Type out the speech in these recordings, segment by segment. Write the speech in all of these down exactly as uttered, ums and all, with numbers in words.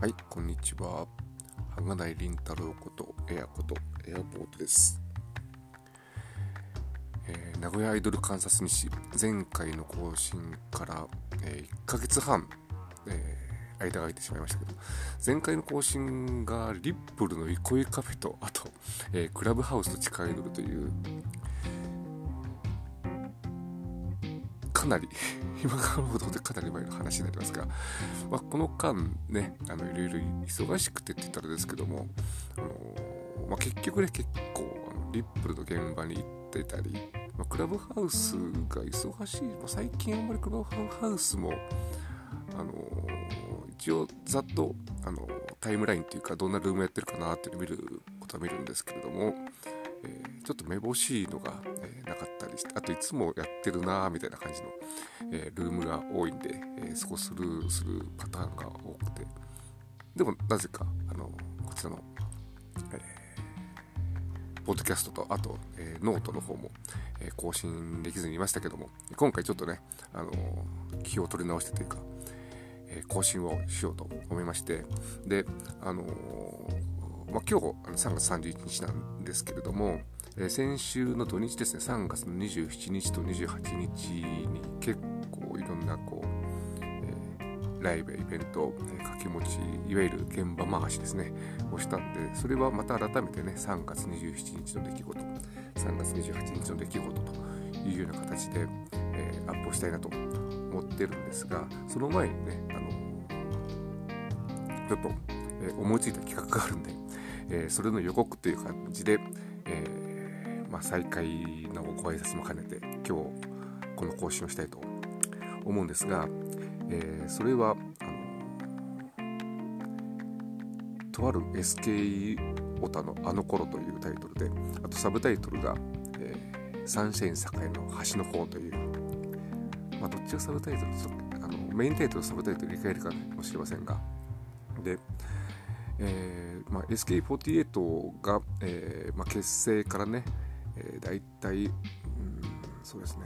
はい、こんにちは。はがないりんたろうことエアことエアポートです。えー、名古屋アイドル観察日前回の更新から、えー、いっかげつはん、えー、間が空いてしまいましたけど、前回の更新がリップルの憩いカフェと、あと、えー、クラブハウスと地下アイドルというかなり今からのことでかなり前の話になりますが、まあ、この間ね、あのいろいろ忙しくてって言ったらですけども、あのーまあ、結局ね結構あのリップルの現場に行ってたり、まあ、クラブハウスが忙しい、まあ、最近あんまりクラブハウスも、あのー一応ざっと、あのータイムラインっていうかどんなルームやってるかなっていうのを見ることは見るんですけれども、えーちょっとめぼしいのが、えーなかったりして、あといつもやってるなみたいな感じの、えールームが多いんで、えーそこスルーするパターンが多くて、でもなぜかあのこちらの、えーポッドキャストとあと、えーノートの方も、えー更新できずにいましたけども、今回ちょっとね、あの気を取り直してというか、えー更新をしようと思いまして、で、あのーまあ、今日さんがつさんじゅういちにちなんですけれども、えー、先週の土日ですね、さんがつのにじゅうしちにちとにじゅうはちにちに結構いろんなこう、えーライブやイベント、えー掛け持ち、いわゆる現場回しですねをしたんで、それはまた改めてね、さんがつにじゅうしちにちの出来事、さんがつにじゅうはちにちの出来事というような形で、えーアップをしたいなと思ってるんですが、その前にね、あのーちょっと、えー思いついた企画があるんで、えーそれの予告という感じで、えーまあ、再開のご挨拶も兼ねて今日この更新をしたいと思うんですが、えーそれはあのとある エスケー オタのあの頃というタイトルで、あとサブタイトルが、えーサンシャイン栄の端の方という、まあ、どっちがサブタイトルとあのメインタイトルとサブタイトル理解えるかもしれませんが、で、えーまあ、エスケーフォーティーエイト が、えーまあ、結成からね、えー、だいたい、うん、そうですね、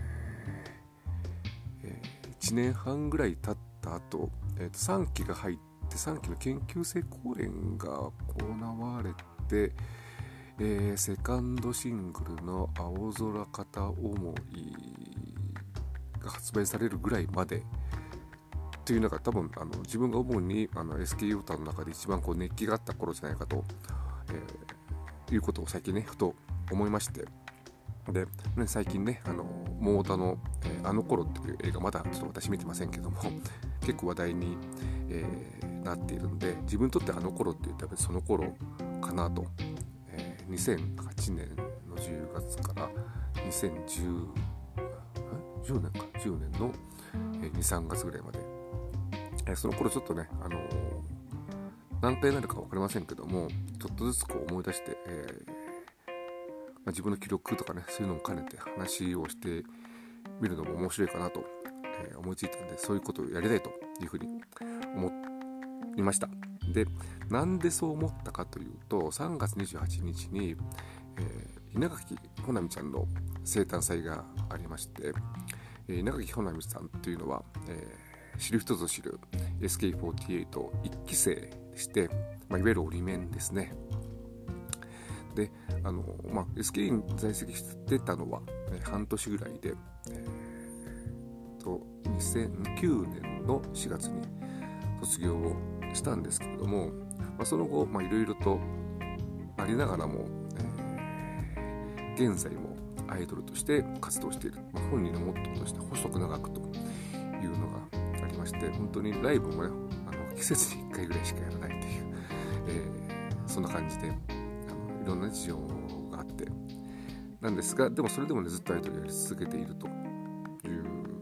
えー、いちねんはんぐらい経った後、えー、とさんきが入ってさんきの研究生公演が行われて、えー、セカンドシングルの青空片思いが発売されるぐらいまでというのが多分あの自分が思うにあの エスケー オタの中で一番こう熱気があった頃じゃないかと、えー、いうことを最近ねふと思いまして、で、ね、最近ねあのモータの、えー、あの頃っていう映画まだちょっと私見てませんけども結構話題に、えー、なっているんで、自分にとってあの頃って言ったらその頃かなと、えー、にせんはちねんのじゅうがつからにせんじゅう、じゅうねんかじゅうねんのに、さんがつぐらいまで、えー、その頃ちょっとね、あのー、何回になるか分かりませんけども、ちょっとずつこう思い出して、えーまあ、自分の記録とかね、そういうのも兼ねて話をしてみるのも面白いかなと、えー、思いついたんで、そういうことをやりたいというふうに思いました。で、なんでそう思ったかというと、さんがつにじゅうはちにちに、えー、稲垣ほなみちゃんの生誕祭がありまして、えー、稲垣ほなみさんというのは、えー、知る人ぞ知る エスケーフォーティーエイトいっき生でして、まあ、いわゆる折り面ですね。で、あの、まあ、エスケー に在籍してたのは、えー、半年ぐらいで、えー、とにせんきゅうねんのしがつに卒業をしたんですけれども、まあ、その後いろいろとありながらも、えー、現在もアイドルとして活動している、まあ、本人のモットーとして細く長くというのがありまして、本当にライブもね、あの季節にいっかいぐらいしかやらないという、えー、そんな感じであのいろんな事情があってなんですが、でもそれでもねずっとアイドルやり続けているという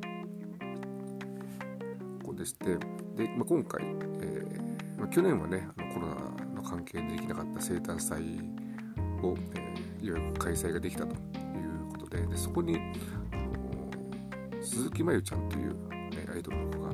子でして、で、まあ、今回、えーまあ、去年はねあのコロナの関係でできなかった生誕祭を、えー、いよいよ開催ができたということで、でそこにあの鈴木真由ちゃんという、えー、アイドルの子が、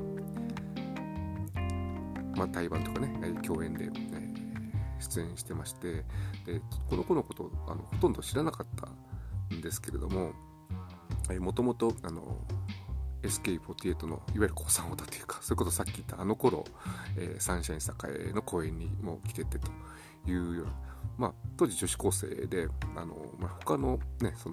まあ、対バンとかね共演で、えー、出演してまして、でこの子のことあのほとんど知らなかったんですけれども、もともとエスケーフォーティーエイト のいわゆる子さんオタというか、それこそさっき言ったあの頃、えー、サンシャイン栄の公演にも来ててというような、まあ、当時女子高生で、あの、まあ、他のね、その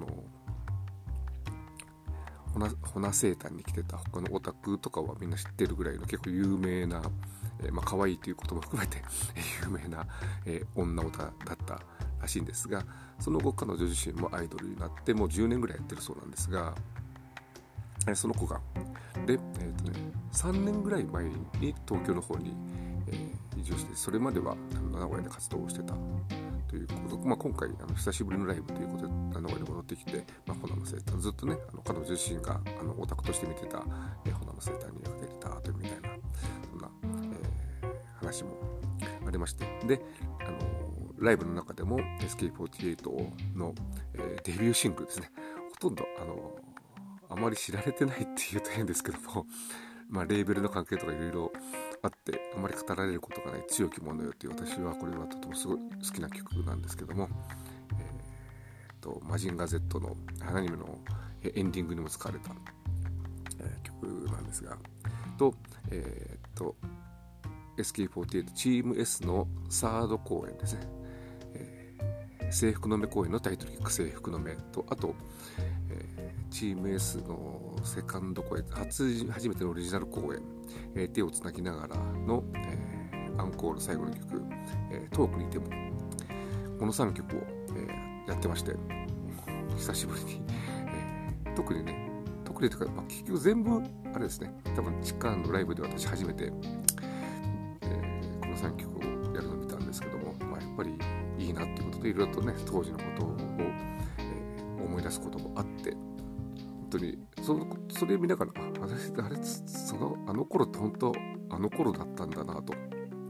ホナ、ホナ生誕に来てた他のオタクとかはみんな知ってるぐらいの結構有名な、えー、まあ可愛いということも含めて有名な、えー、女オタだったらしいんですが、その後彼女自身もアイドルになってもうじゅうねんぐらいやってるそうなんですが、えー、その子がで、えーとね、さんねんぐらい前に東京の方に、えー、移住して、それまでは名古屋で活動をしてたということ、まあ、今回あの久しぶりのライブということで名古屋に戻ってきて、まあ、ホナの生誕ずっとね、あの彼女自身があのオタクとして見てた、えー、ホナの生誕に出てたというみたいな、そんな、えー、話もありまして、で、あのライブの中でも エスケーフォーティーエイト の、えー、デビューシングルですね、ほとんどあのあまり知られてないっていうと変ですけども、まあ、レーベルの関係とかいろいろあってあまり語られることがない強きものよっていう、私はこれはとてもすごい好きな曲なんですけども、えー、とマジンガー Z のアニメのエンディングにも使われた、えー、曲なんですが、と、えー、と エスケーフォーティーエイト チーム S のサード公演ですね、えー、制服の目公演のタイトル曲制服の目と、あと、えー、チーム S のセカンド公演、初初めてのオリジナル公演、えー、手をつなぎながらの、えー、アンコール最後の曲、えー、遠くにいても、このさんきょくを、えー、やってまして、久しぶりに、えー、特にね特にというか、まあ、結局全部あれですね、多分地下のライブで私初めて、えー、このさんきょくをやるのを見たんですけども、まあ、やっぱりいいなっていうことでいろいろとね当時のことを、えー、思い出すこともあって、本当に そ, それを見ながら、あれあれそのあの頃って本当あの頃だったんだなと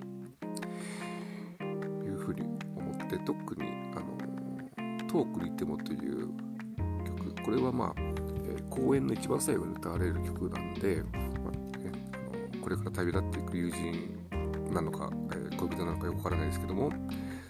いうふうに思って、特にあの遠くにいてもという曲、これはまあ、えー、公演の一番最後に歌われる曲なんで、まあね、あのこれから旅立っていく友人なのか、えー、恋人なのかよくわからないですけども、え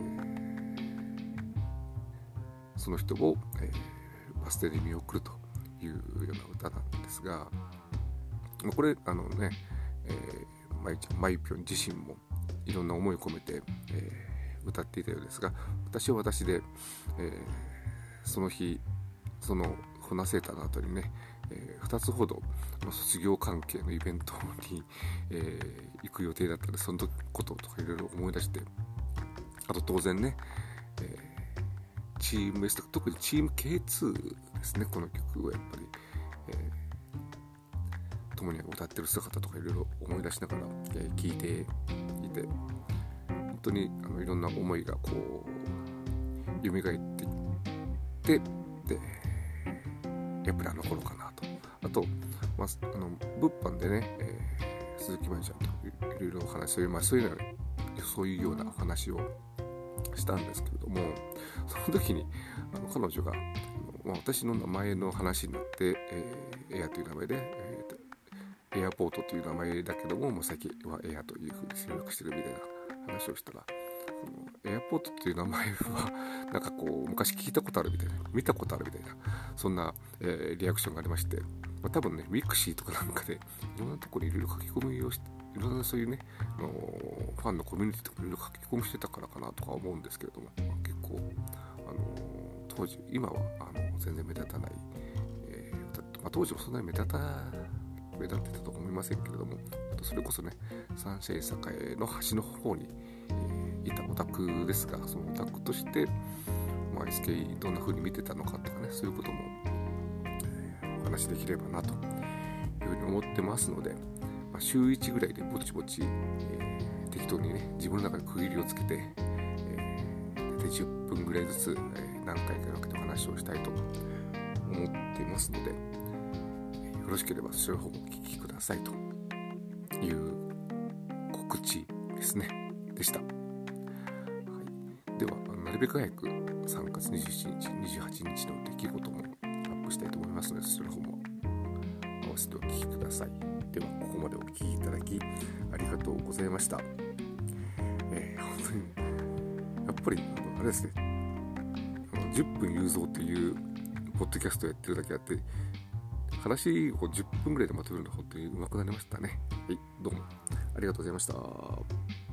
ー、その人を、えー、バス停で見送るというような歌なんですが、これあのね、えー、マイピョン自身もいろんな思いを込めて、えー、歌っていたようですが、私は私で、えー、その日そのホナセーターの後にね、えー、ふたつほど卒業関係のイベントに、えー、行く予定だったので、そのこととかいろいろ思い出して、あと当然ね、えー、チーム S とか特にチーム ケーツー ですね、この曲をやっぱり、えー、共に歌ってる姿とかいろいろ思い出しながら、えー、聞いていて、本当にあのいろんな思いがこう蘇っていって、でやっぱりあの頃かなと。あと、まあ、あの物販でね、えー、鈴木まりちゃんといろいろお話、そういう、まあ、そういうのそういうようなお話をしたんですけれども、その時にあの彼女があの、まあ、私の名前の話になって、えー、エアという名前で、えー、エアポートという名前だけども、まあ、最近はエアというふうに省略してるみたいな話をしたら、エアポートっていう名前はなんかこう昔聞いたことあるみたいな、見たことあるみたいな、そんな、えー、リアクションがありまして、まあ、多分ねミクシーとかなんかでいろんなところにいろいろ書き込みをして、いろんなそういうね、あのー、ファンのコミュニティとかいろいろ書き込みしてたからかなとか思うんですけれども、まあ、結構、あのー、当時今はあの全然目立たない、えーまあ、当時もそんなに目立た目立ってたと思いませんけれども、それこそねサンシャイン栄の端の方に、えー、いたオタクですが、そのオタクとして、まあ、エスケー どんな風に見てたのかとかね、そういうことも、えー、お話しできればなというふうに思ってますので、まあ、週いちぐらいでぼちぼち、えー、適当にね自分の中で区切りをつけて、えー、でじゅっぷんぐらいずつ、えー、何回かに分けてお話をしたいと思っていますので、よろしければそちらの方もお聞きくださいという告知ですねでした。はい、ではなるべく早くさんがつにじゅうしちにち、にじゅうはちにちの出来事もアップしたいと思いますので、そちらの方も合わせてお聞きください。ではここまでお聞きいただきありがとうございました。えー、本当にやっぱりあのあれですね、あのじゅっぷん有造というポッドキャストをやってるだけあって、 話をじゅっぷんぐらいでまとめるのが本当に上手くなりましたね。はい、どうもありがとうございました。